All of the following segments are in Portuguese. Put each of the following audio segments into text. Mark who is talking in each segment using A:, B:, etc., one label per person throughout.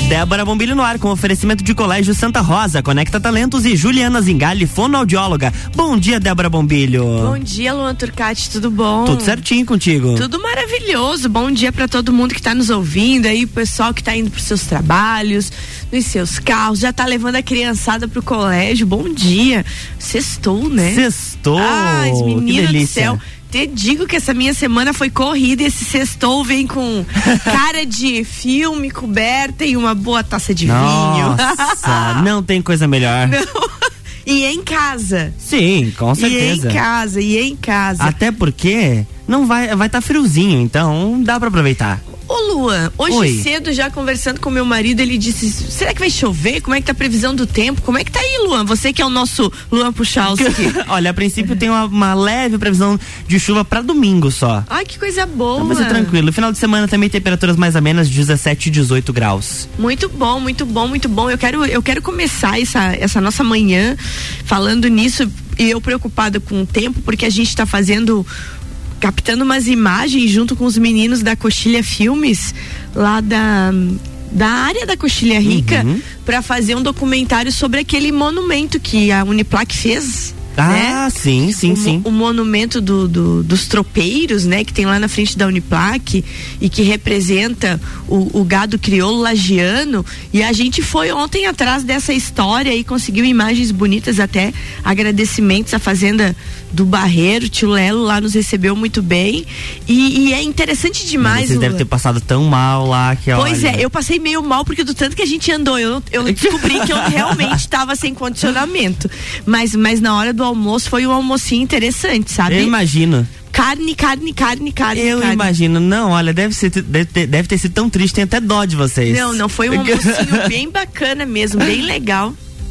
A: Débora Bombilho no ar com oferecimento de Colégio Santa Rosa, Conecta Talentos e Juliana Zingali, fonoaudióloga. Bom dia, Débora Bombilho.
B: Bom dia, Luan Turcati, tudo bom?
A: Tudo certinho contigo?
B: Tudo maravilhoso. Bom dia pra todo mundo que tá nos ouvindo aí, o pessoal que tá indo pros seus trabalhos, nos seus carros, já tá levando a criançada pro colégio. Bom dia. Sextou, né?
A: Sextou.
B: Ai, menina
A: que delícia.
B: do céu. Te digo que essa minha semana foi corrida e esse sextou vem com cara de filme, coberta e uma boa taça de vinho.
A: Nossa, não tem coisa melhor.
B: Não. E em casa.
A: Sim, com certeza.
B: E em casa.
A: Até porque não vai tá friozinho, então dá pra aproveitar.
B: Ô Luan, hoje cedo já conversando com meu marido, ele disse, será que vai chover? Como é que tá a previsão do tempo? Como é que tá aí, Luan? Você que é o nosso Luan Puchalski.
A: Olha, a princípio tem uma leve previsão de chuva pra domingo só.
B: Ai, que coisa boa.
A: Então vai ser tranquilo. Final de semana também temperaturas mais amenas de 17 e 18 graus.
B: Muito bom, muito bom, muito bom. Eu quero começar essa nossa manhã falando nisso, e eu preocupada com o tempo, porque a gente tá captando umas imagens junto com os meninos da Coxilha Filmes, lá da área da Coxilha Rica, para fazer um documentário sobre aquele monumento que a Uniplac fez.
A: Ah, né? sim.
B: O monumento dos tropeiros, né? Que tem lá na frente da Uniplac e que representa o gado crioulo lagiano. E a gente foi ontem atrás dessa história e conseguiu imagens bonitas, até agradecimentos à Fazenda do Barreiro. Tio Lelo lá nos recebeu muito bem. E é interessante demais.
A: Vocês devem ter passado tão mal lá que
B: Pois é, eu passei meio mal porque do tanto que a gente andou, eu descobri que eu realmente estava sem condicionamento. Mas na hora do almoço foi um almocinho interessante, sabe?
A: Eu imagino.
B: Carne.
A: Eu imagino. Não, olha, deve ter sido tão triste, tem até dó de vocês.
B: Não, foi um almocinho bem bacana mesmo, bem legal.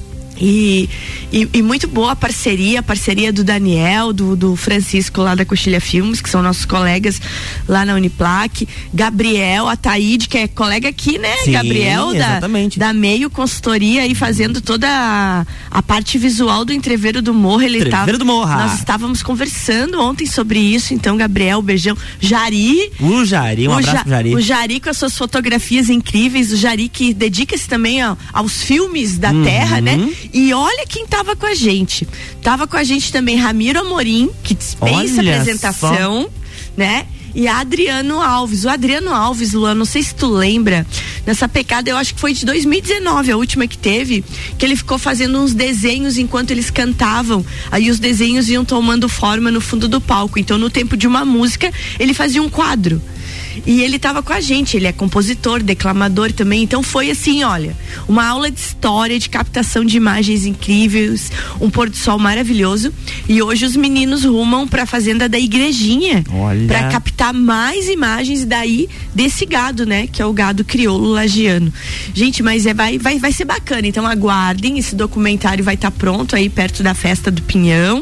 B: E muito boa a parceria do Daniel, do Francisco lá da Coxilha Filmes, que são nossos colegas lá na Uniplac, Gabriel, a Taíde, que é colega aqui, né?
A: Sim,
B: Gabriel da Meio Consultoria aí fazendo toda a parte visual do Entreveiro do Morro. Nós estávamos conversando ontem sobre isso, então Gabriel, beijão. Jari.
A: Um abraço pro Jari.
B: O Jari com as suas fotografias incríveis, o Jari que dedica-se também aos filmes da terra, né? E olha quem tava com a gente. Tava com a gente também Ramiro Amorim, que dispensa apresentação, né? E Adriano Alves. O Adriano Alves, Luan, não sei se tu lembra, nessa pecada, eu acho que foi de 2019, a última que teve, que ele ficou fazendo uns desenhos enquanto eles cantavam. Aí os desenhos iam tomando forma no fundo do palco. Então, no tempo de uma música, ele fazia um quadro. E ele tava com a gente, ele é compositor, declamador também, então foi assim, olha, uma aula de história, de captação de imagens incríveis, um pôr do sol maravilhoso, e hoje os meninos rumam pra fazenda da Igrejinha, pra captar mais imagens daí desse gado, né, que é o gado crioulo lagiano. Gente, mas vai ser bacana, então aguardem, esse documentário vai estar pronto aí perto da festa do Pinhão.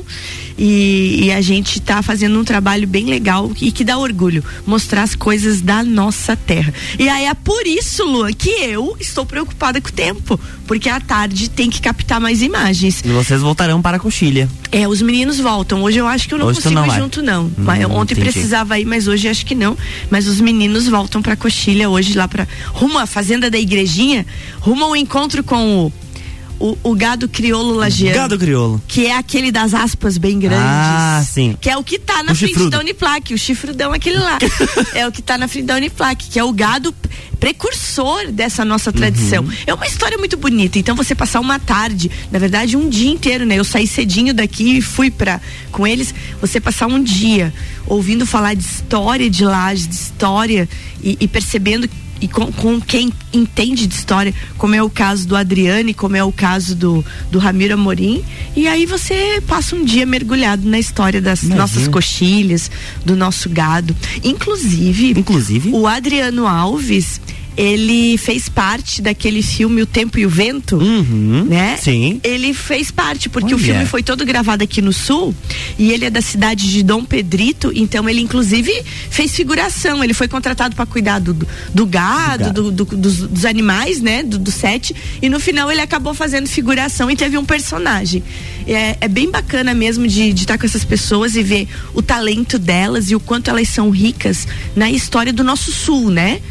B: E a gente tá fazendo um trabalho bem legal e que dá orgulho, mostrar as coisas da nossa terra. E aí é por isso, Luan, que eu estou preocupada com o tempo, porque à tarde tem que captar mais imagens.
A: E vocês voltarão para a Coxilha.
B: Os meninos voltam. Hoje eu acho que eu não consigo ir junto, não. Ontem
A: entendi. Precisava
B: ir, mas hoje acho que não. Mas os meninos voltam pra Coxilha hoje lá rumo à Fazenda da Igrejinha, rumo ao encontro com o gado crioulo lagiano.
A: Gado crioulo.
B: Que é aquele das aspas bem grandes.
A: Ah, sim.
B: Que é o que tá na frente da Uniplac, o chifrudão aquele lá. É o que tá na frente da Uniplac, que é o gado precursor dessa nossa tradição. É uma história muito bonita. Então você passar uma tarde, na verdade um dia inteiro, né? Eu saí cedinho daqui e fui com eles, você passar um dia ouvindo falar de história de Lages, de história e percebendo e com quem entende de história, como é o caso do Adriano e como é o caso do Ramiro Amorim, e aí você passa um dia mergulhado na história das nossas coxilhas, do nosso gado. Inclusive o Adriano Alves, ele fez parte daquele filme O Tempo e o Vento, né?
A: Sim.
B: Ele fez parte, porque o filme foi todo gravado aqui no Sul, e ele é da cidade de Dom Pedrito, então ele inclusive fez figuração, ele foi contratado para cuidar do gado, dos animais, né? Do set, e no final ele acabou fazendo figuração e teve um personagem. É bem bacana mesmo de estar com essas pessoas e ver o talento delas e o quanto elas são ricas na história do nosso Sul, né?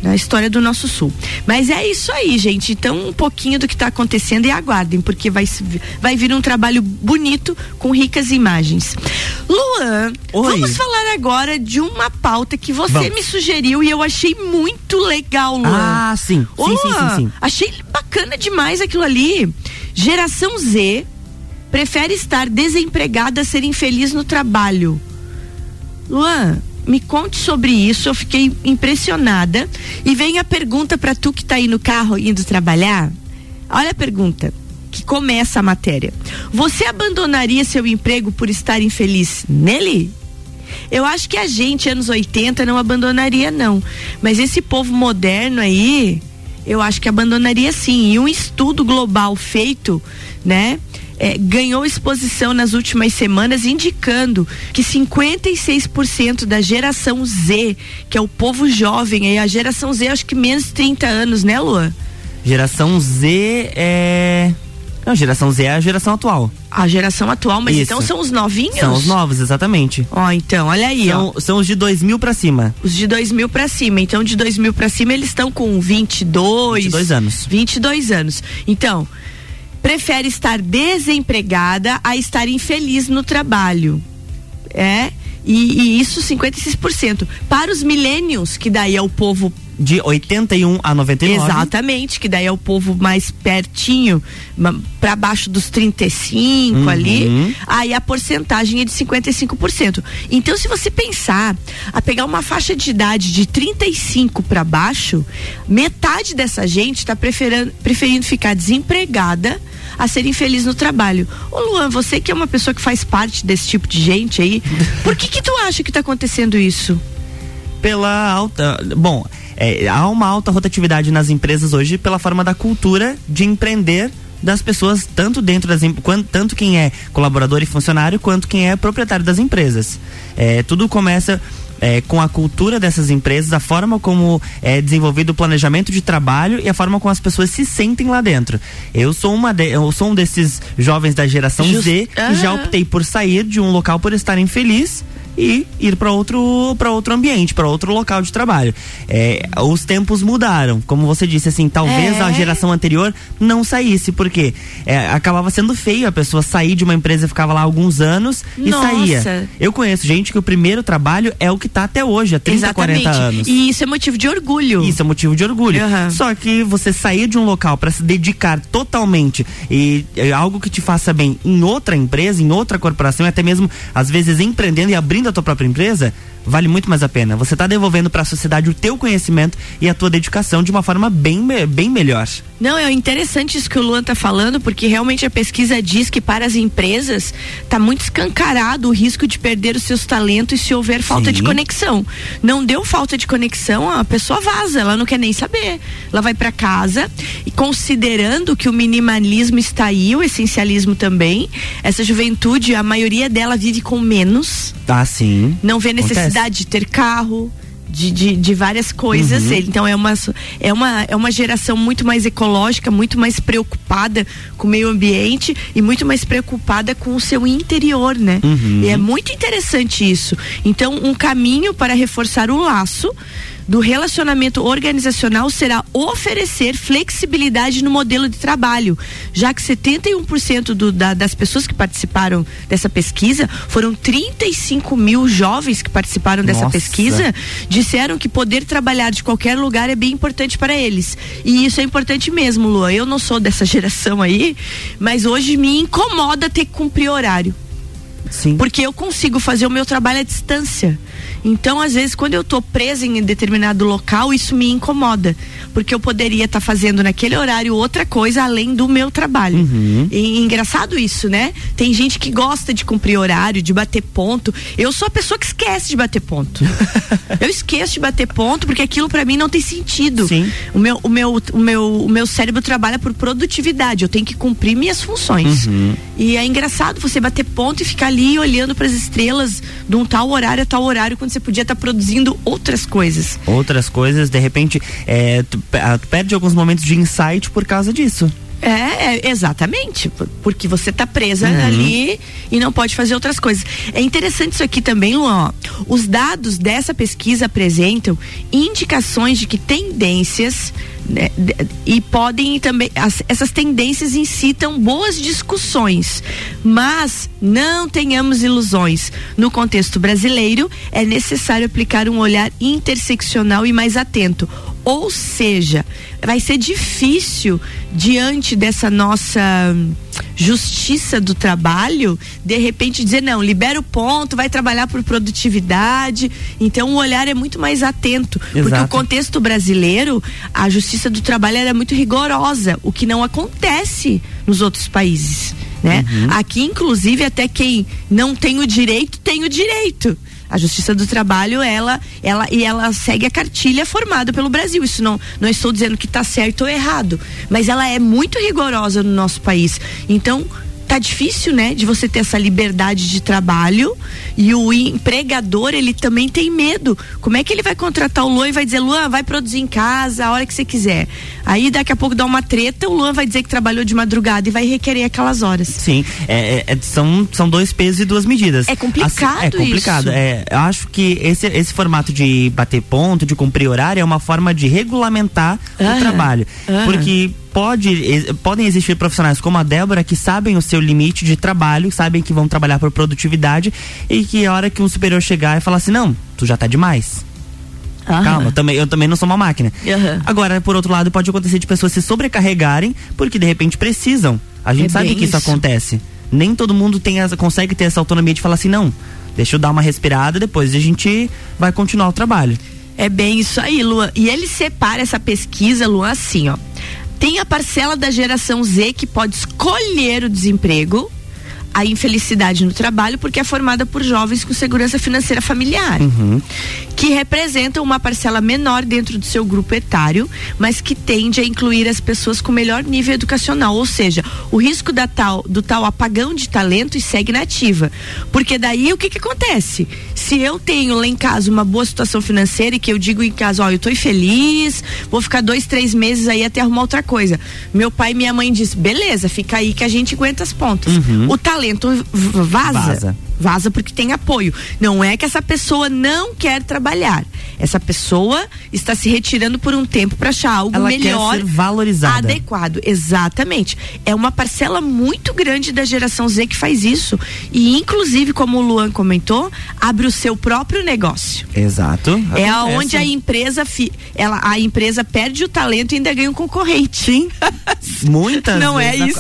B: Na história do nosso sul. Mas é isso aí, gente. Então, um pouquinho do que está acontecendo e aguardem, porque vai vir um trabalho bonito com ricas imagens. Luan, vamos falar agora de uma pauta que você me sugeriu e eu achei muito legal, Luan.
A: Ah, sim. Sim.
B: Achei bacana demais aquilo ali. Geração Z prefere estar desempregada a ser infeliz no trabalho. Luan, me conte sobre isso, eu fiquei impressionada. E vem a pergunta para tu que tá aí no carro indo trabalhar. Olha a pergunta que começa a matéria. Você abandonaria seu emprego por estar infeliz nele? Eu acho que a gente, anos 80, não abandonaria não. Mas esse povo moderno aí, eu acho que abandonaria sim. E um estudo global feito, né? Ganhou exposição nas últimas semanas, indicando que 56% da geração Z, que é o povo jovem, aí a geração Z acho que menos de 30 anos, né, Luan?
A: Geração Z Não, geração Z é a geração atual.
B: A geração atual, mas
A: Isso.
B: Então são os novinhos?
A: São os novos, exatamente.
B: Então, olha aí,
A: São os de 2000 pra cima.
B: Os de 2000 pra cima. Então, de 2000 pra cima, eles estão com 22
A: anos.
B: 22 anos. Então, prefere estar desempregada a estar infeliz no trabalho. E isso 56%. Para os millennials, que daí é o povo
A: de 81 a 99.
B: Exatamente, que daí é o povo mais pertinho, para baixo dos 35 ali, aí a porcentagem é de 55%. Então, se você pensar a pegar uma faixa de idade de 35 para baixo, metade dessa gente está preferindo ficar desempregada a ser infeliz no trabalho. Ô Luan, você que é uma pessoa que faz parte desse tipo de gente aí, por que tu acha que está acontecendo isso?
A: Pela alta... Bom, há uma alta rotatividade nas empresas hoje pela forma da cultura de empreender das pessoas, tanto dentro das tanto quem é colaborador e funcionário, quanto quem é proprietário das empresas. Tudo começa com a cultura dessas empresas, a forma como é desenvolvido o planejamento de trabalho e a forma como as pessoas se sentem lá dentro. Eu sou um desses jovens da geração Z que já optei por sair de um local por estar infeliz e ir para outro ambiente, para outro local de trabalho. Os tempos mudaram, como você disse, assim, talvez a geração anterior não saísse, porque acabava sendo feio a pessoa sair de uma empresa, ficava lá alguns anos e saía. Eu conheço gente que o primeiro trabalho é o que tá até hoje, há 30, 40 anos.
B: E isso é motivo de orgulho.
A: Isso é motivo de orgulho. Só que você sair de um local para se dedicar totalmente e algo que te faça bem em outra empresa, em outra corporação, e até mesmo às vezes empreendendo e abrindo a tua própria empresa, vale muito mais a pena. Você está devolvendo para a sociedade o teu conhecimento e a tua dedicação de uma forma bem melhor.
B: Não, é interessante isso que o Luan tá falando, porque realmente a pesquisa diz que para as empresas tá muito escancarado o risco de perder os seus talentos se houver falta de conexão. Não deu falta de conexão, a pessoa vaza, ela não quer nem saber. Ela vai para casa e, considerando que o minimalismo está aí, o essencialismo também, essa juventude, a maioria dela vive com menos.
A: Ah, sim.
B: Não vê necessidade de ter carro, de várias coisas. Então é uma geração muito mais ecológica, muito mais preocupada com o meio ambiente e muito mais preocupada com o seu interior, né? E é muito interessante isso. Então, um caminho para reforçar o laço do relacionamento organizacional será oferecer flexibilidade no modelo de trabalho, já que 71% das pessoas que participaram dessa pesquisa, foram 35 mil jovens que participaram dessa pesquisa, disseram que poder trabalhar de qualquer lugar é bem importante para eles. E isso é importante mesmo, Luan. Eu não sou dessa geração aí, mas hoje me incomoda ter que cumprir horário.
A: Sim.
B: Porque eu consigo fazer o meu trabalho à distância. Então, às vezes, quando eu tô presa em determinado local, isso me incomoda. Porque eu poderia estar fazendo naquele horário outra coisa além do meu trabalho. E engraçado isso, né? Tem gente que gosta de cumprir horário, de bater ponto. Eu sou a pessoa que esquece de bater ponto. Eu esqueço de bater ponto porque aquilo pra mim não tem sentido.
A: Sim.
B: O meu cérebro trabalha por produtividade. Eu tenho que cumprir minhas funções. E é engraçado você bater ponto e ficar ali olhando para as estrelas de um tal horário a tal horário, quando você podia estar produzindo outras coisas. De repente, tu perde alguns momentos de insight por causa disso. Exatamente, porque você tá presa ali e não pode fazer outras coisas. É interessante isso aqui também, Luan, ó. Os dados dessa pesquisa apresentam indicações de que tendências, né, e podem também, essas tendências incitam boas discussões, mas não tenhamos ilusões. No contexto brasileiro, é necessário aplicar um olhar interseccional e mais atento. Ou seja, vai ser difícil, diante dessa nossa justiça do trabalho, de repente dizer, não, libera o ponto, vai trabalhar por produtividade. Então o olhar é muito mais atento. Exato. Porque o contexto brasileiro, a justiça do trabalho era muito rigorosa, o que não acontece nos outros países, né? Aqui, inclusive, até quem não tem o direito, tem o direito. A Justiça do Trabalho, ela segue a cartilha formada pelo Brasil. Isso não estou dizendo que está certo ou errado, mas ela é muito rigorosa no nosso país. Então, tá difícil, né, de você ter essa liberdade de trabalho, e o empregador, ele também tem medo. Como é que ele vai contratar o Luan e vai dizer, Luan, vai produzir em casa a hora que você quiser? Aí daqui a pouco dá uma treta, o Luan vai dizer que trabalhou de madrugada e vai requerer aquelas horas.
A: Sim, são dois pesos e duas medidas.
B: É complicado isso.
A: É complicado. Eu acho que esse formato de bater ponto, de cumprir horário, é uma forma de regulamentar o trabalho. Porque podem existir profissionais como a Débora que sabem o seu limite de trabalho, sabem que vão trabalhar por produtividade, e que a hora que um superior chegar e falar assim, não, tu já tá demais. Calma, eu também não sou uma máquina. Agora, por outro lado, pode acontecer de pessoas se sobrecarregarem porque de repente precisam. A gente sabe que isso acontece. Nem todo mundo consegue ter essa autonomia de falar assim, não, deixa eu dar uma respirada, depois a gente vai continuar o trabalho.
B: É bem isso aí, Luan. E ele separa essa pesquisa, Luan, assim, ó. Tem a parcela da geração Z que pode escolher o desemprego, a infelicidade no trabalho, porque é formada por jovens com segurança financeira familiar, que representam uma parcela menor dentro do seu grupo etário, mas que tende a incluir as pessoas com melhor nível educacional. Ou seja, o risco do tal apagão de talento segue na ativa. Porque daí o que acontece? Se eu tenho lá em casa uma boa situação financeira e que eu digo em casa, ó, eu tô infeliz, vou ficar 2-3 meses aí até arrumar outra coisa. Meu pai e minha mãe diz, beleza, fica aí que a gente aguenta as pontas. O talento vaza porque tem apoio. Não é que essa pessoa não quer trabalhar. Essa pessoa está se retirando por um tempo para achar algo melhor,
A: quer ser valorizada,
B: adequado. Exatamente. É uma parcela muito grande da geração Z que faz isso. E inclusive, como o Luan comentou, abre o seu próprio negócio.
A: Exato.
B: É aonde a empresa perde o talento e ainda ganha um concorrente.
A: Sim. Muitas
B: não
A: vezes
B: é isso?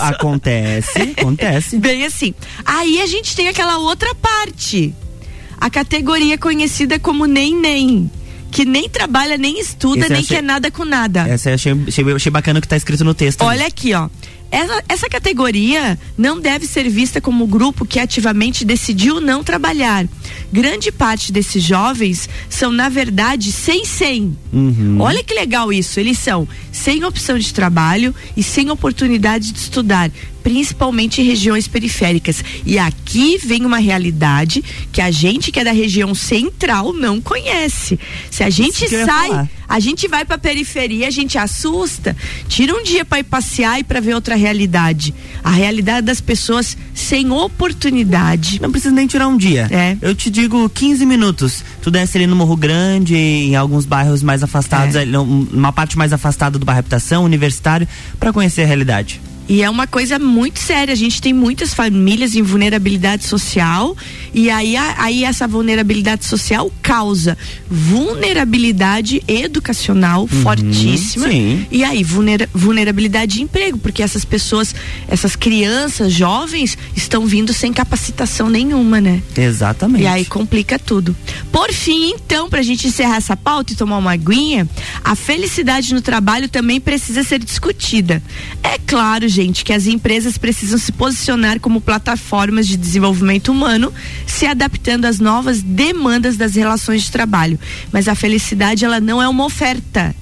A: Acontece.
B: Bem assim. Aí a gente tem aquela outra parte, a categoria conhecida como nem, que nem trabalha, nem estuda, nem quer nada com nada.
A: Essa eu achei bacana o que está escrito no texto.
B: Olha aqui, ó. Essa categoria não deve ser vista como grupo que ativamente decidiu não trabalhar. Grande parte desses jovens são, na verdade, sem. Olha que legal isso. Eles são sem opção de trabalho e sem oportunidade de estudar, principalmente em regiões periféricas. E aqui vem uma realidade que a gente que é da região central não conhece. Se a gente sai, a gente vai pra periferia, a gente assusta, tira um dia pra ir passear e pra ver outra realidade. A realidade das pessoas sem oportunidade.
A: Não precisa nem tirar um dia. Eu te digo 15 minutos. Tu desce ali no Morro Grande, em alguns bairros mais afastados, uma parte mais afastada do bairro Habitação, Universitário, pra conhecer a realidade.
B: E é uma coisa muito séria. A gente tem muitas famílias em vulnerabilidade social, e aí essa vulnerabilidade social causa vulnerabilidade educacional fortíssima.
A: Sim.
B: E aí vulnerabilidade de emprego, porque essas pessoas, essas crianças, jovens, estão vindo sem capacitação nenhuma, né?
A: Exatamente.
B: E aí complica tudo. Por fim, então, pra gente encerrar essa pauta e tomar uma aguinha, a felicidade no trabalho também precisa ser discutida. É claro, gente, que as empresas precisam se posicionar como plataformas de desenvolvimento humano, se adaptando às novas demandas das relações de trabalho. Mas a felicidade, ela não é uma oferta.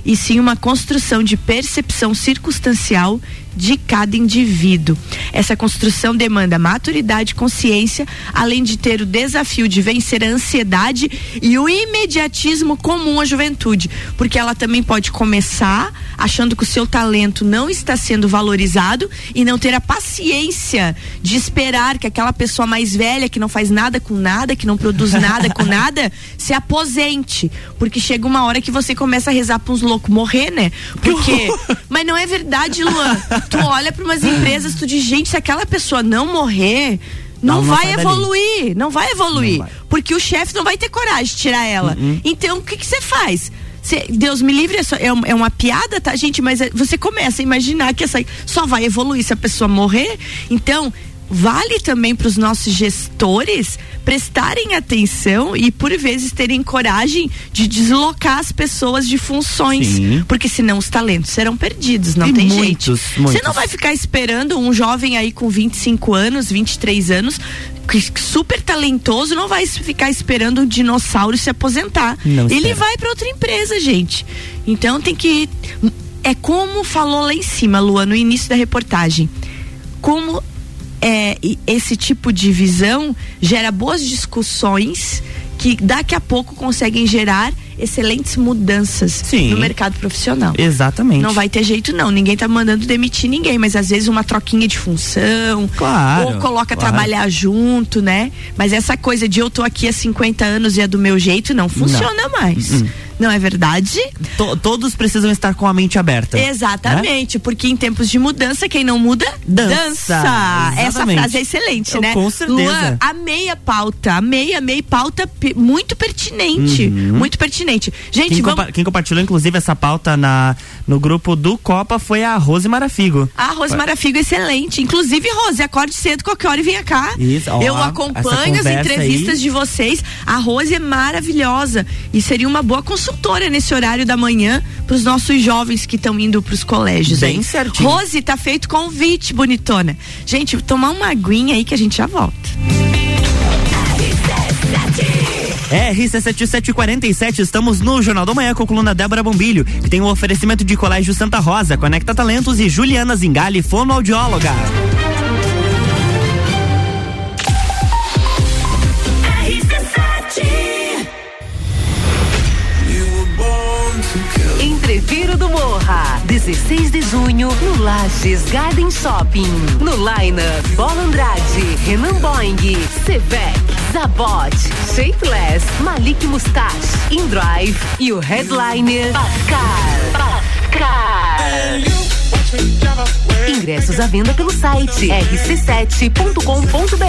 B: e sim uma construção de percepção circunstancial de cada indivíduo. Essa construção demanda maturidade e consciência, além de ter o desafio de vencer a ansiedade e o imediatismo comum à juventude, porque ela também pode começar achando que o seu talento não está sendo valorizado e não ter a paciência de esperar que aquela pessoa mais velha, que não faz nada com nada, que não produz nada com nada, se aposente, porque chega uma hora que você começa a rezar para uns loucos morrer, né? Porque, mas não é verdade, Luan. Tu olha para umas empresas, tu diz, gente, se aquela pessoa não morrer, não vai evoluir, não vai evoluir, porque o chefe não vai ter coragem de tirar ela. Então, o que você faz? Deus me livre, é uma piada, tá, gente? Mas você começa a imaginar que essa só vai evoluir se a pessoa morrer. Então, vale também para os nossos gestores prestarem atenção e por vezes terem coragem de deslocar as pessoas de funções. Sim. Porque senão os talentos serão perdidos, não tem jeito. Você não vai ficar esperando um jovem aí com 25 anos, 23 anos, super talentoso, não vai ficar esperando um dinossauro se aposentar. Ele vai para outra empresa, gente. Então tem que, é como falou lá em cima, Lua, no início da reportagem, como esse tipo de visão gera boas discussões que daqui a pouco conseguem gerar excelentes mudanças no mercado profissional.
A: Exatamente.
B: Não vai ter jeito não, ninguém tá mandando demitir ninguém, mas às vezes uma troquinha de função, ou coloca trabalhar junto, né? Mas essa coisa de eu tô aqui há 50 anos e é do meu jeito, não funciona mais. Não é verdade?
A: Todos precisam estar com a mente aberta.
B: Exatamente, né? Porque em tempos de mudança, quem não muda, dança. Essa frase é excelente, né?
A: Com certeza.
B: Luan, amei pauta muito pertinente, muito pertinente. Gente,
A: quem compartilhou inclusive essa pauta no grupo do Copa foi a Rose Marafigo.
B: A Rose Marafigo, excelente. Inclusive, Rose, acorde cedo qualquer hora e venha cá.
A: Isso,
B: eu acompanho as entrevistas de vocês. A Rose é maravilhosa e seria uma boa consultora nesse horário da manhã para os nossos jovens que estão indo para os colégios.
A: Bem certinho.
B: Rose, tá feito convite, bonitona. Gente, tomar uma aguinha aí que a gente já volta.
A: RC7747, estamos no Jornal da Manhã com a coluna Débora Bombilho, que tem um oferecimento de Colégio Santa Rosa, Conecta Talentos e Juliana Zingali, fonoaudióloga.
C: Entreviro do Morra, 16 de junho, no Lages Garden Shopping. No Line-up, Bola Andrade, Renan Boing, Sevec, Zabot, Shapeless, Malik Mustache, InDrive e o headliner Pascal. Ingressos à venda pelo site rc7.com.br.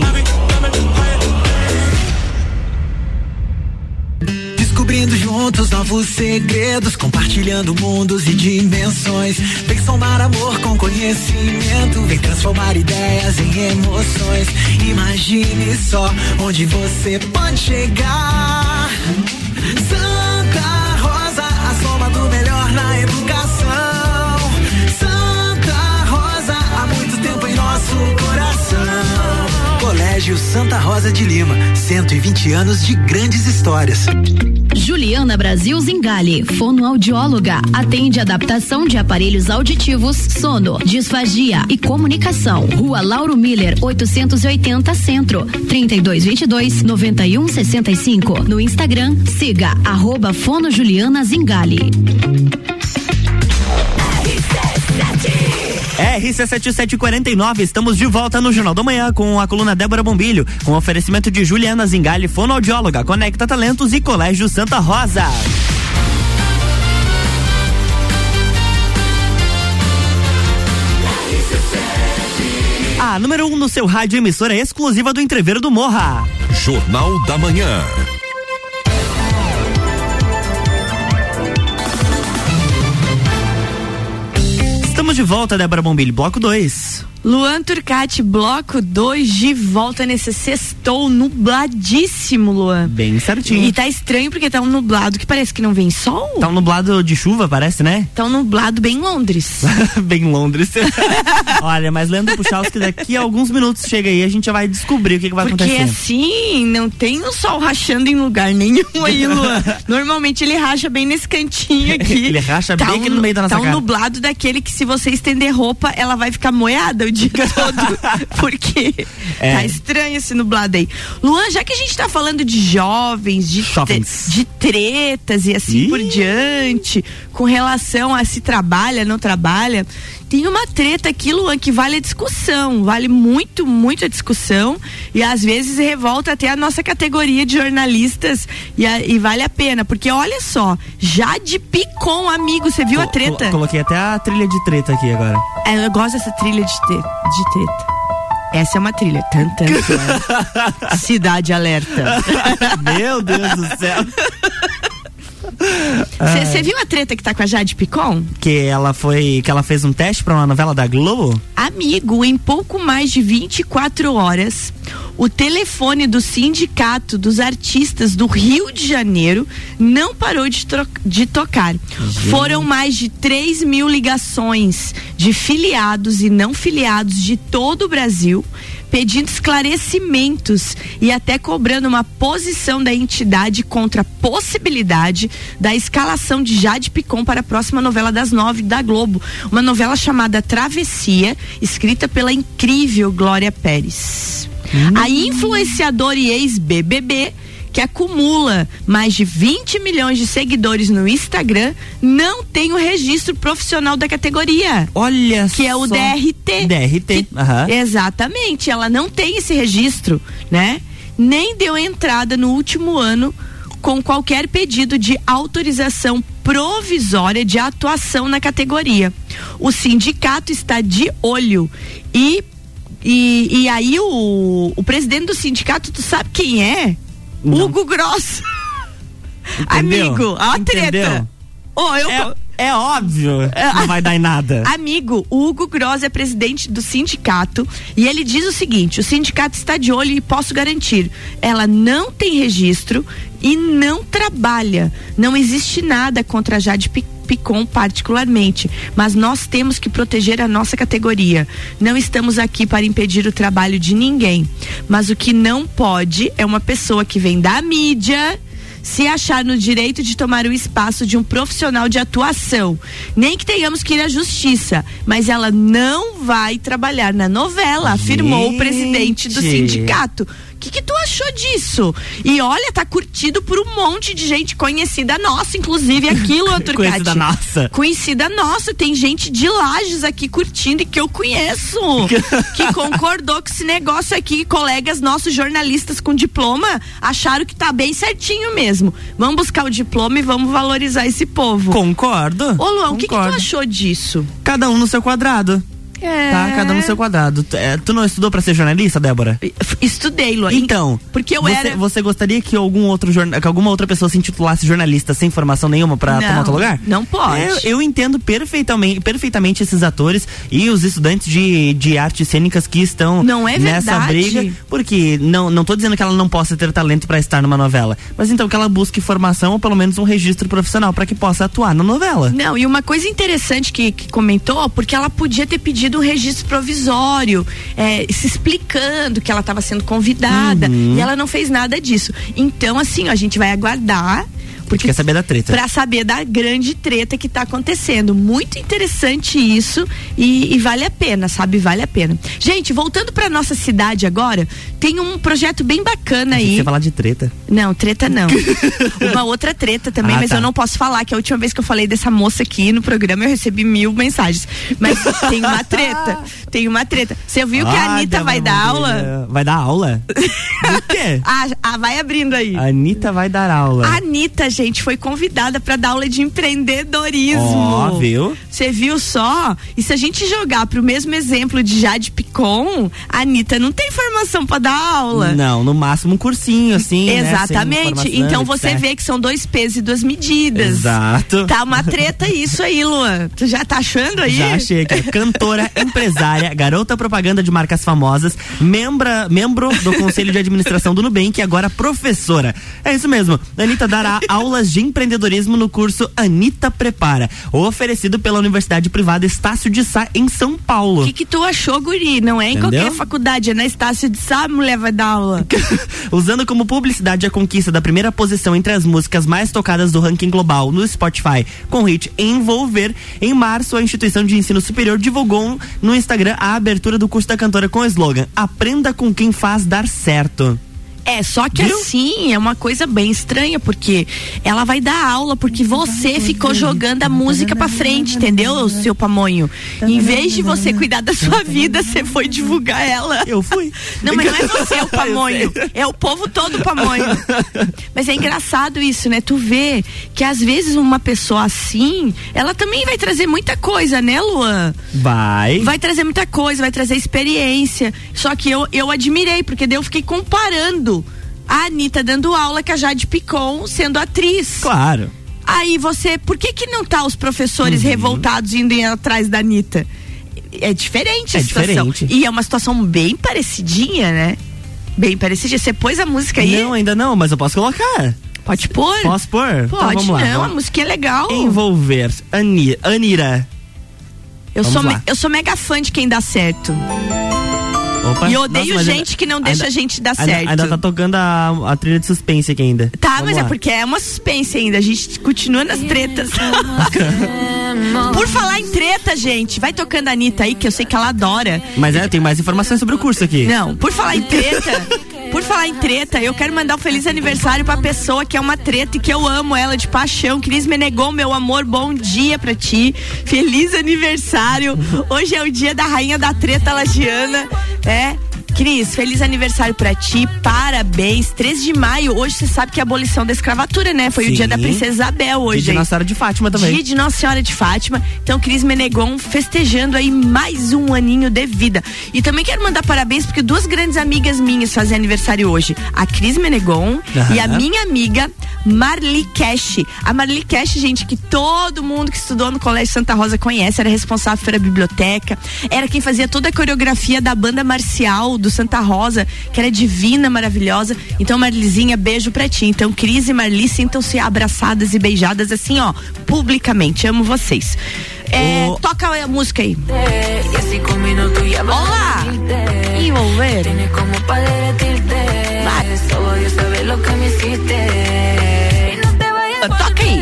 D: Descobrindo juntos novos segredos, compartilhando mundos e dimensões. Vem somar amor com conhecimento, vem transformar ideias em emoções. Imagine só onde você pode chegar. Santa Rosa, a soma do melhor na educação. Santa Rosa, há muito tempo em nosso coração. Colégio Santa Rosa de Lima, 120 anos de grandes histórias.
E: Juliana Brasil Zingali, fonoaudióloga, atende adaptação de aparelhos auditivos, sono, disfagia e comunicação. Rua Lauro Miller, 880 Centro, 3222-9165. No Instagram, siga @fonojuliana Zingali.
A: RC7749, estamos de volta no Jornal da Manhã com a coluna Débora Bombilho, com oferecimento de Juliana Zingali, fonoaudióloga, Conecta Talentos e Colégio Santa Rosa. A número 1 no seu rádio, emissora exclusiva do Entreviro do Morra.
F: Jornal da Manhã. Estamos
A: de volta, Débora Bombilho, bloco 2.
B: Luan Turcati, bloco 2 de volta nesse sextou nubladíssimo, Luan.
A: Bem certinho.
B: E tá estranho porque tá um nublado que parece que não vem sol.
A: Tá um nublado de chuva, parece, né?
B: Tá um nublado bem Londres.
A: Bem Londres. Olha, mas Leandro Puchalski, daqui a alguns minutos chega aí, a gente já vai descobrir o que vai acontecer.
B: Porque assim, não tem o sol rachando em lugar nenhum aí, Luan. Normalmente ele racha bem nesse cantinho aqui.
A: Ele racha bem aqui no meio da nossa
B: cara.
A: Tá
B: um nublado daquele que se você estender roupa, ela vai ficar moiada o dia todo. Porque tá estranho esse nublado aí. Luan, já que a gente tá falando de jovens, de tretas e assim por diante, com relação a se trabalha, não trabalha, tem uma treta aqui, Luan, que vale a discussão, vale muito, muito a discussão e às vezes revolta até a nossa categoria de jornalistas e vale a pena, porque olha só, Jade Picon, amigo, você viu a treta?
A: Coloquei até a trilha de treta aqui agora.
B: Eu gosto dessa trilha de treta. Essa é uma trilha. Cidade Alerta.
A: Meu Deus do céu.
B: Você viu a treta que tá com a Jade Picon?
A: Que ela fez um teste pra uma novela da Globo?
B: Amigo, em pouco mais de 24 horas, o telefone do Sindicato dos Artistas do Rio de Janeiro não parou de tocar. Foram mais de 3.000 ligações de filiados e não filiados de todo o Brasil, pedindo esclarecimentos e até cobrando uma posição da entidade contra a possibilidade da escalação de Jade Picon para a próxima novela das 9 da Globo, uma novela chamada Travessia, escrita pela incrível Glória Pérez. A influenciadora e ex-BBB, que acumula mais de 20 milhões de seguidores no Instagram, não tem o registro profissional da categoria.
A: Olha
B: que é o DRT.
A: DRT,
B: Exatamente, ela não tem esse registro, né? Nem deu entrada no último ano com qualquer pedido de autorização provisória de atuação na categoria. O sindicato está de olho e aí o presidente do sindicato, tu sabe quem é? Não. Hugo Gross. Amigo, a treta.
A: É óbvio, não vai dar em nada.
B: Amigo, o Hugo Gross é presidente do sindicato e ele diz o seguinte: o sindicato está de olho e posso garantir, ela não tem registro e não trabalha. Não existe nada contra a Jade Picon particularmente, mas nós temos que proteger a nossa categoria. Não estamos aqui para impedir o trabalho de ninguém, mas o que não pode é uma pessoa que vem da mídia se achar no direito de tomar o espaço de um profissional de atuação. Nem que tenhamos que ir à justiça, mas ela não vai trabalhar na novela, afirmou o presidente do sindicato. O que tu achou disso? E olha, tá curtido por um monte de gente conhecida nossa, inclusive aqui, Luan Turcati.
A: Conhecida nossa.
B: Conhecida nossa, tem gente de Lages aqui curtindo e que eu conheço, que concordou com esse negócio aqui, colegas nossos jornalistas com diploma acharam que tá bem certinho mesmo. Vamos buscar o diploma e vamos valorizar esse povo.
A: Concordo.
B: Ô Luan, o que tu achou disso?
A: Cada um no seu quadrado. Tá, cada um no seu quadrado. Tu não estudou pra ser jornalista, Débora?
B: Estudei, Luan.
A: Então,
B: porque
A: você gostaria que que alguma outra pessoa se intitulasse jornalista sem formação nenhuma pra tomar outro lugar?
B: Não pode.
A: Eu entendo perfeitamente esses atores e os estudantes de artes cênicas que estão nessa briga, porque não tô dizendo que ela não possa ter talento pra estar numa novela, mas então que ela busque formação ou pelo menos um registro profissional pra que possa atuar na novela.
B: Não, e uma coisa interessante que comentou, porque ela podia ter pedido um registro provisório, se explicando que ela estava sendo convidada, e ela não fez nada disso. Então, assim, a gente vai aguardar. Porque
A: quer saber da treta.
B: Pra saber da grande treta que tá acontecendo. Muito interessante isso e vale a pena, sabe? Vale a pena. Gente, voltando pra nossa cidade agora, tem um projeto bem bacana aí.
A: Você falar de treta?
B: Não, treta não. Uma outra treta também, mas eu não posso falar, que a última vez que eu falei dessa moça aqui no programa eu recebi 1000 mensagens. Mas tem uma treta. Tem uma treta. Você viu que a Anitta vai dar aula?
A: Vai dar aula? O quê?
B: Vai abrindo aí.
A: A Anitta vai dar aula.
B: A Anitta, gente, foi convidada para dar aula de empreendedorismo.
A: Ó, viu?
B: Você viu só? E se a gente jogar pro mesmo exemplo de Jade Picon, a Anitta não tem formação para dar aula.
A: Não, no máximo um cursinho, assim.
B: Exatamente.
A: Né?
B: Então você vê que são 2 pesos e 2 medidas.
A: Exato.
B: Tá uma treta isso aí, Luan. Tu já tá achando aí?
A: Já achei aqui. Cantora, empresária, garota propaganda de marcas famosas, membro do Conselho de Administração do Nubank e agora professora. É isso mesmo. Anitta dará aulas de empreendedorismo no curso Anitta Prepara, oferecido pela Universidade Privada Estácio de Sá, em São Paulo.
B: O que tu achou, guri? Não é em qualquer faculdade, é na Estácio de Sá, a mulher vai dar aula.
A: Usando como publicidade a conquista da primeira posição entre as músicas mais tocadas do ranking global no Spotify, com o hit Envolver, em março a instituição de ensino superior divulgou no Instagram a abertura do curso da cantora com o slogan: aprenda com quem faz dar certo.
B: Só que assim, é uma coisa bem estranha, porque ela vai dar aula porque você ficou jogando a música pra frente, entendeu, seu pamonho? Em vez de você cuidar da sua vida, você foi divulgar ela.
A: Eu fui.
B: Não, mas não é você o pamonho, é o povo todo pamonho. Mas é engraçado isso, né? Tu vê que às vezes uma pessoa assim, ela também vai trazer muita coisa, né, Luan? Vai trazer muita coisa, vai trazer experiência. Só que eu admirei, porque daí eu fiquei comparando a Anitta dando aula com a Jade Picon sendo atriz.
A: Claro.
B: Aí por que não tá os professores revoltados indo atrás da Anitta? É diferente a situação.
A: Diferente.
B: E é uma situação bem parecidinha, né? Bem parecidinha. Você pôs a música aí?
A: Não, ainda não, mas eu posso colocar.
B: Pode pôr?
A: Posso pôr?
B: Pode,
A: então, vamos lá.
B: a música é legal.
A: Envolver, Anira.
B: Eu sou mega fã de quem dá certo.
A: Opa.
B: E eu odeio gente que não deixa a gente dar certo.
A: Ainda tá tocando a trilha de suspense aqui ainda.
B: Tá,
A: Vamos
B: mas
A: lá.
B: É porque é uma suspense ainda. A gente continua nas tretas. Por falar em treta, gente, vai tocando a Anitta aí, que eu sei que ela adora.
A: Mas tem mais informações sobre o curso aqui.
B: Não, por falar em treta, eu quero mandar um feliz aniversário pra pessoa que é uma treta e que eu amo ela de paixão. Cris Menegon, meu amor, bom dia pra ti. Feliz aniversário. Hoje é o dia da rainha da treta lagiana. Cris, feliz aniversário pra ti, parabéns. 13 de maio, hoje você sabe que é a abolição da escravatura, né? Foi o dia da Princesa Isabel hoje.
A: Dia de Nossa Senhora de Fátima também.
B: Dia de Nossa Senhora de Fátima. Então, Cris Menegon festejando aí mais um aninho de vida. E também quero mandar parabéns porque 2 grandes amigas minhas fazem aniversário hoje. A Cris Menegon e a minha amiga Marli Cash. A Marli Cash, gente, que todo mundo que estudou no Colégio Santa Rosa conhece, era responsável pela biblioteca, era quem fazia toda a coreografia da banda marcial do Santa Rosa, que era divina, maravilhosa. Então, Marlizinha, beijo pra ti. Então, Cris e Marli, sintam-se abraçadas e beijadas assim, ó, publicamente. Amo vocês. Toca a música aí. Olá! Envolver. Toca aí.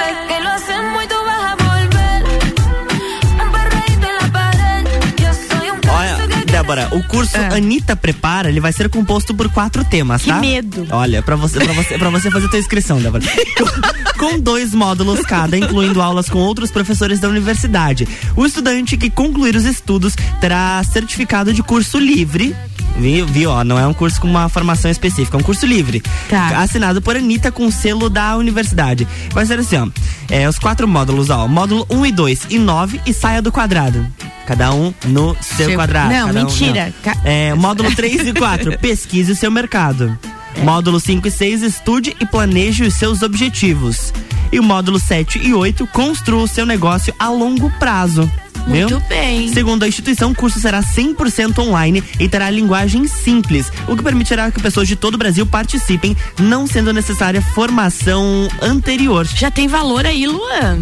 A: Débora, o curso Anitta Prepara, ele vai ser composto por 4 temas, tá?
B: Que medo.
A: Olha, pra você fazer tua inscrição, Débora. Com 2 módulos cada, incluindo aulas com outros professores da universidade. O estudante que concluir os estudos terá certificado de curso livre. Viu? Ó, não é um curso com uma formação específica, é um curso livre.
B: Tá.
A: Assinado por Anitta com selo da universidade. Vai ser assim, ó. Os 4 módulos, ó. Módulo 1 e 2 e 9 e saia do quadrado. Cada um no seu quadrado.
B: Não, mentira.
A: Módulo 3 e 4, pesquise o seu mercado. Módulo 5 e 6, estude e planeje os seus objetivos. E o módulo 7 e 8, construa o seu negócio a longo prazo.
B: Muito bem.
A: Segundo a instituição, o curso será 100% online e terá linguagem simples, o que permitirá que pessoas de todo o Brasil participem, não sendo necessária formação anterior.
B: Já tem valor aí, Luan?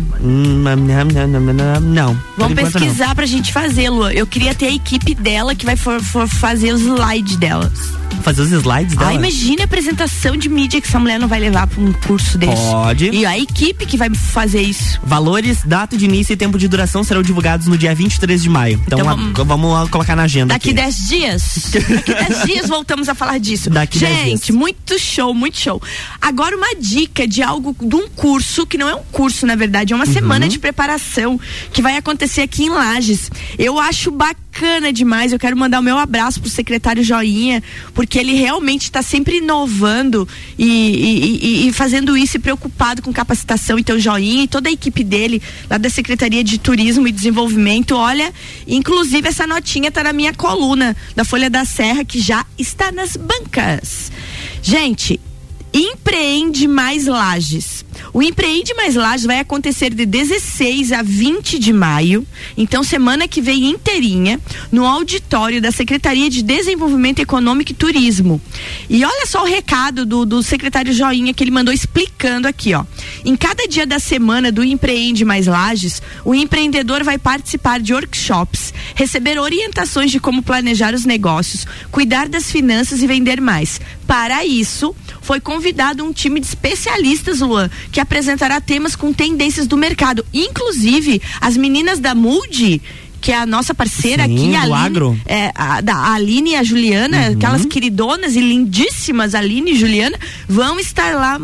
A: Não.
B: Vamos pesquisar pra gente fazer, Luan. Eu queria ter a equipe dela que vai fazer os slides dela.
A: Fazer os slides dela?
B: Imagine a apresentação de mídia que essa mulher não vai levar pra um curso desse.
A: Pode.
B: E a equipe que vai fazer isso.
A: Valores, data de início e tempo de duração serão divulgados no dia 23 de maio. Então vamos colocar na agenda.
B: Daqui 10 dias. Daqui 10 dias voltamos a falar disso.
A: Daqui 10 dias.
B: Gente, muito show, muito show. Agora uma dica de um curso, que não é um curso, na verdade, é uma semana de preparação que vai acontecer aqui em Lages. Eu acho bacana bacana demais. Eu quero mandar o meu abraço pro secretário Joinha, porque ele realmente está sempre inovando e fazendo isso e preocupado com capacitação. Então, Joinha e toda a equipe dele, lá da Secretaria de Turismo e Desenvolvimento, olha, inclusive essa notinha tá na minha coluna da Folha da Serra, que já está nas bancas. Gente, Empreende Mais Lages. O Empreende Mais Lages vai acontecer de 16 a 20 de maio, então semana que vem inteirinha, no auditório da Secretaria de Desenvolvimento Econômico e Turismo. E olha só o recado do secretário Joinha que ele mandou explicando aqui, ó. Em cada dia da semana do Empreende Mais Lages, o empreendedor vai participar de workshops, receber orientações de como planejar os negócios, cuidar das finanças e vender mais. Para isso, foi convidado um time de especialistas, Luan, que apresentará temas com tendências do mercado. Inclusive, as meninas da Mood, que é a nossa parceira aqui, a Aline, a Aline e a Juliana, aquelas queridonas e lindíssimas, Aline e Juliana, vão estar lá.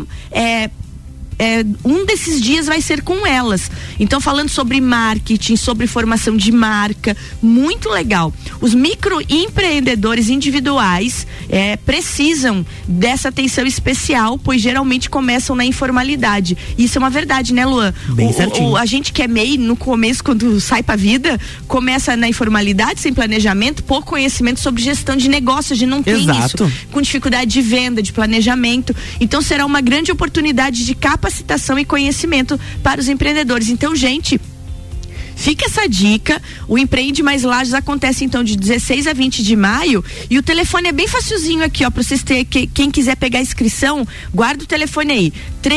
B: Um desses dias vai ser com elas. Então, falando sobre marketing, sobre formação de marca, muito legal. Os microempreendedores individuais precisam dessa atenção especial, pois geralmente começam na informalidade. Isso é uma verdade, né, Luan?
A: Bem certinho.
B: A gente que é MEI, no começo, quando sai pra vida, começa na informalidade, sem planejamento, pouco conhecimento sobre gestão de negócios, de não ter isso, com dificuldade de venda, de planejamento. Então, será uma grande oportunidade de capacitação e conhecimento para os empreendedores. Então, gente, fica essa dica. O Empreende Mais Lages acontece então de 16 a 20 de maio e o telefone é bem facilzinho aqui, ó, para vocês terem, quem quiser pegar a inscrição, guarda o telefone aí,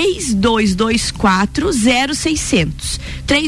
B: 3224-0600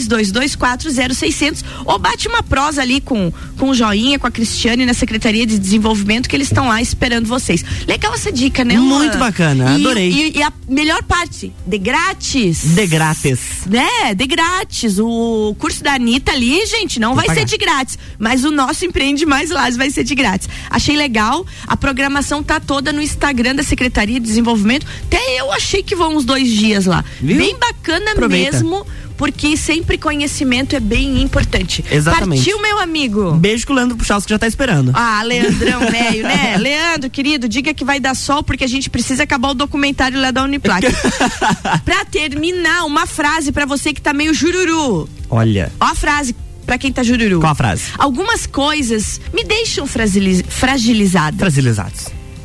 B: 3224-0600, ou bate uma prosa ali com o Joinha, com a Cristiane na Secretaria de Desenvolvimento, que eles estão lá esperando vocês. Legal essa dica, né, Luan?
A: Muito bacana, adorei.
B: E a melhor parte, de grátis.
A: De grátis.
B: Né? De grátis. O curso da Anitta ali, gente, não vai ser de grátis, mas o nosso Empreende Mais Lages vai ser de grátis. Achei legal, a programação tá toda no Instagram da Secretaria de Desenvolvimento, até eu achei que vão uns 2 dias lá. Viu? Bem bacana. Aproveita. Mesmo, porque sempre conhecimento é bem importante.
A: Exatamente.
B: Partiu, meu amigo.
A: Beijo com o Leandro Puchalski, que já tá esperando.
B: Ah, Leandrão, velho, né? Leandro, querido, diga que vai dar sol, porque a gente precisa acabar o documentário lá da Uniplac. Pra terminar, uma frase pra você que tá meio jururu.
A: Olha.
B: Ó a frase pra quem tá jururu.
A: Qual a frase?
B: Algumas coisas me deixam fragilizada.
A: Fragilizados.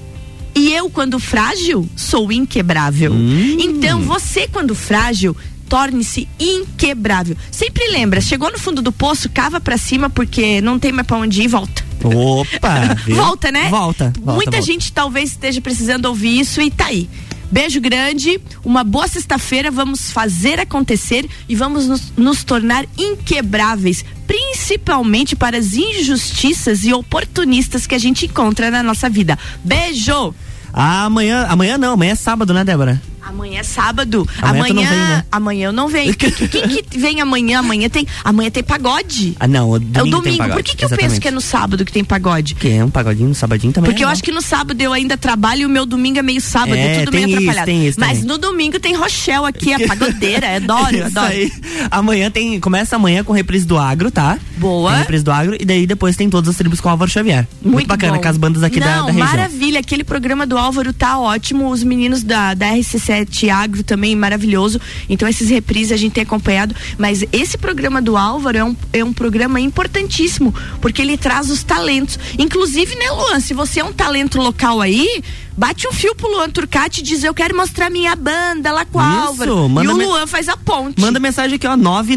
B: E eu, quando frágil, sou inquebrável. Então, você, quando frágil, torne-se inquebrável. Sempre lembra, chegou no fundo do poço, cava pra cima, porque não tem mais pra onde ir, volta.
A: Opa!
B: Volta, né?
A: Volta.
B: Muita gente talvez esteja precisando ouvir isso e tá aí. Beijo grande, uma boa sexta-feira, vamos fazer acontecer e vamos nos tornar inquebráveis, principalmente para as injustiças e oportunistas que a gente encontra na nossa vida. Beijo!
A: Amanhã é sábado, né, Débora?
B: Amanhã é sábado.
A: Amanhã tu não vem, né?
B: Amanhã eu não venho. Quem que vem amanhã? Amanhã tem pagode.
A: Ah, não,
B: é o domingo.
A: Tem pagode.
B: Por que eu penso que é no sábado que tem pagode?
A: Que é um pagodinho no sabadinho também.
B: Porque eu acho que no sábado eu ainda trabalho e o meu domingo é meio sábado, tudo meio atrapalhado.
A: Tem isso,
B: mas no domingo tem Rochelle aqui, a pagodeira, adoro.
A: Aí. Amanhã começa amanhã com reprise do Agro, tá?
B: Boa.
A: Tem reprise do Agro e daí depois tem todas as tribos com o Álvaro Xavier. Muito bacana, com as bandas aqui da região.
B: Maravilha, aquele programa do Álvaro tá ótimo, os meninos da RC7 Agro também maravilhoso, então esses reprises a gente tem acompanhado, mas esse programa do Álvaro é um programa importantíssimo, porque ele traz os talentos, inclusive, né, Luan, se você é um talento local aí, bate um fio pro Luan Turcati e diz, eu quero mostrar minha banda lá com o Álvaro, e o Luan faz a ponte.
A: Manda mensagem aqui, ó,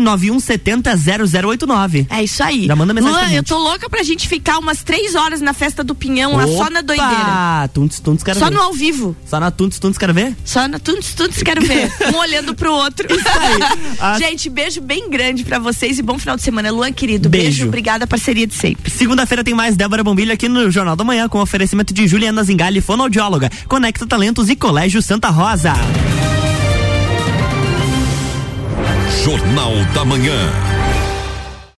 A: 991700089.
B: É isso aí.
A: Já manda mensagem
B: Luan,
A: pra gente.
B: eu tô louca pra gente ficar umas 3 horas na festa do Pinhão, lá só na doideira.
A: Tuntes, quero
B: só
A: ver.
B: No ao vivo.
A: Só na Tuntes, quero ver?
B: Só na Tuntes, quero ver. Um olhando pro outro.
A: Isso aí.
B: Gente, beijo bem grande pra vocês e bom final de semana. Luan, querido,
A: beijo.
B: Obrigada, parceria de sempre.
A: Segunda-feira tem mais Débora Bombilho aqui no Jornal da Manhã, com oferecimento de Juliana Zingali, fonoaudióloga, Conecta Talentos e Colégio Santa Rosa.
F: Jornal da Manhã.